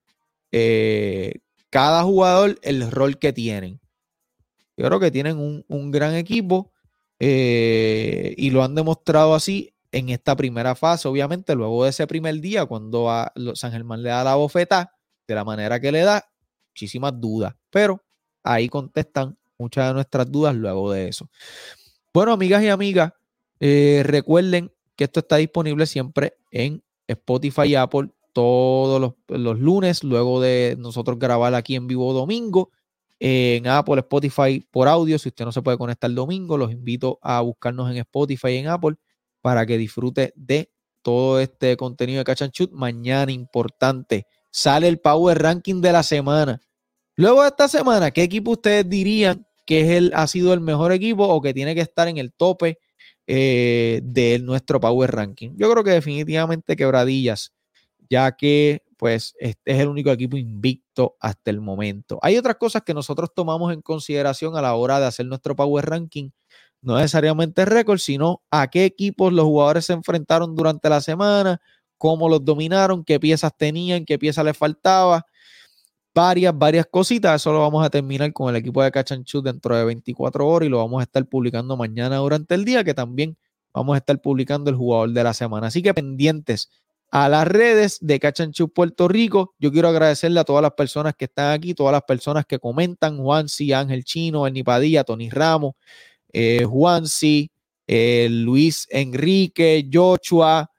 cada jugador el rol que tienen. Yo creo que tienen un gran equipo y lo han demostrado así en esta primera fase. Obviamente, luego de ese primer día, cuando San Germán le da la bofeta de la manera que le da, muchísimas dudas, pero ahí contestan muchas de nuestras dudas luego de eso. Bueno, amigas y amigas, recuerden que esto está disponible siempre en Spotify y Apple todos los lunes, luego de nosotros grabar aquí en vivo domingo. En Apple, Spotify por audio. Si usted no se puede conectar el domingo, los invito a buscarnos en Spotify y en Apple para que disfrute de todo este contenido de Catch and Shoot. Mañana, importante, sale el Power Ranking de la semana. Luego de esta semana, ¿qué equipo ustedes dirían que ha sido el mejor equipo o que tiene que estar en el tope de nuestro Power Ranking? Yo creo que definitivamente Quebradillas, ya que pues este es el único equipo invicto hasta el momento. Hay otras cosas que nosotros tomamos en consideración a la hora de hacer nuestro Power Ranking, no necesariamente récord, sino a qué equipos los jugadores se enfrentaron durante la semana, cómo los dominaron, qué piezas tenían, qué piezas les faltaba, varias cositas. Eso lo vamos a terminar con el equipo de Catch and Shoot dentro de 24 horas y lo vamos a estar publicando mañana durante el día, que también vamos a estar publicando el jugador de la semana. Así que pendientes a las redes de Catch and Shoot Puerto Rico. Yo quiero agradecerle a todas las personas que están aquí, todas las personas que comentan: Juansi, Ángel Chino, Ernie Padilla, Tony Ramos, Juansi, Luis Enrique, Joshua,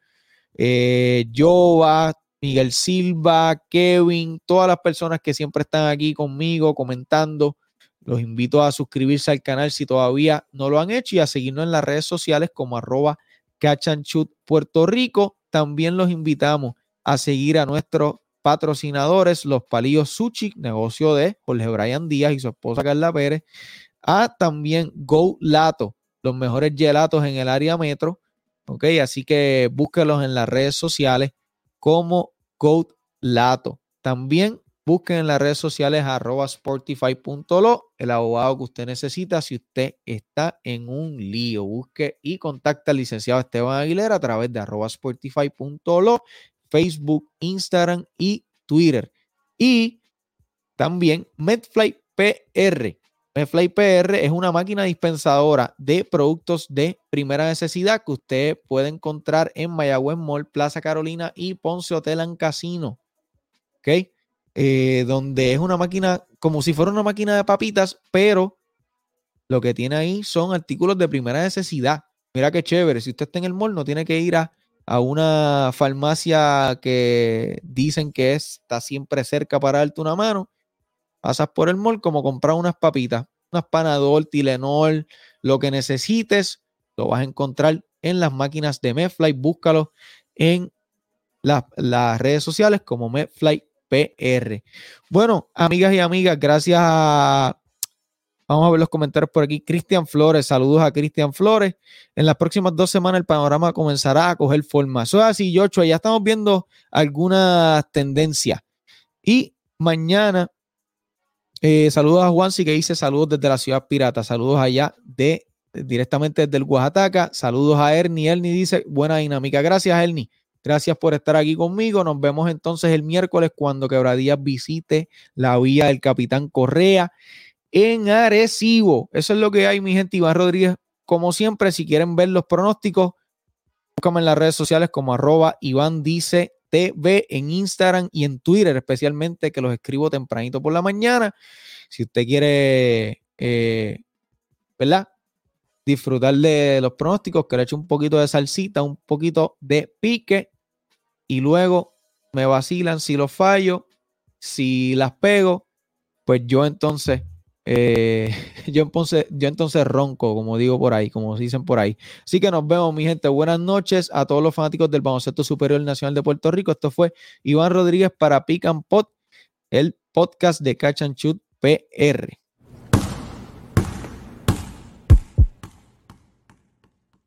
Jova, Miguel Silva, Kevin, todas las personas que siempre están aquí conmigo comentando. Los invito a suscribirse al canal si todavía no lo han hecho y a seguirnos en las redes sociales como @CatchAndShoot Puerto Rico. También los invitamos a seguir a nuestros patrocinadores, Los Palillos Sushi, negocio de Jorge Brian Díaz y su esposa Carla Pérez, a también Go Lato, los mejores gelatos en el área metro. Ok, así que búsquenlos en las redes sociales como Go Lato. También busquen en las redes sociales @sportify.lo, el abogado que usted necesita si usted está en un lío. Busque y contacta al licenciado Esteban Aguilera a través de @sportify.lo, Facebook, Instagram y Twitter. Y también Medfly PR. Medfly PR es una máquina dispensadora de productos de primera necesidad que usted puede encontrar en Mayagüez Mall, Plaza Carolina y Ponce Hotel and Casino. ¿Ok? Donde es una máquina como si fuera una máquina de papitas, pero lo que tiene ahí son artículos de primera necesidad. Mira qué chévere. Si usted está en el mall, no tiene que ir a una farmacia que dicen que está siempre cerca para darte una mano. Pasas por el mall como comprar unas papitas, unas Panadol, Tylenol, lo que necesites, lo vas a encontrar en las máquinas de Medfly. Búscalo en las redes sociales como Medfly PR. Bueno, amigas y amigas, gracias a... Vamos a ver los comentarios por aquí. Cristian Flores, saludos a Cristian Flores. En las próximas 2 semanas el panorama comenzará a coger forma. Eso es así, Joshua, ya estamos viendo algunas tendencias. Y mañana... saludos a Juansi que dice saludos desde la ciudad pirata, saludos allá directamente desde el Oaxaca, saludos a Ernie. Ernie dice buena dinámica. Gracias, Ernie, gracias por estar aquí conmigo. Nos vemos entonces el miércoles cuando Quebradillas visite la villa del Capitán Correa en Arecibo. Eso es lo que hay, mi gente. Iván Rodríguez, como siempre, si quieren ver los pronósticos, búscame en las redes sociales como @IvánDiceTV en Instagram y en Twitter, especialmente, que los escribo tempranito por la mañana. Si usted quiere, ¿verdad? disfrutar de los pronósticos, que le echo un poquito de salsita, un poquito de pique y luego me vacilan si los fallo, si las pego, pues yo entonces, yo entonces ronco, como digo por ahí, como dicen por ahí. Así que nos vemos, mi gente. Buenas noches a todos los fanáticos del Baloncesto Superior Nacional de Puerto Rico. Esto fue Iván Rodríguez para Pick and Pot, el podcast de Catch and Shoot PR.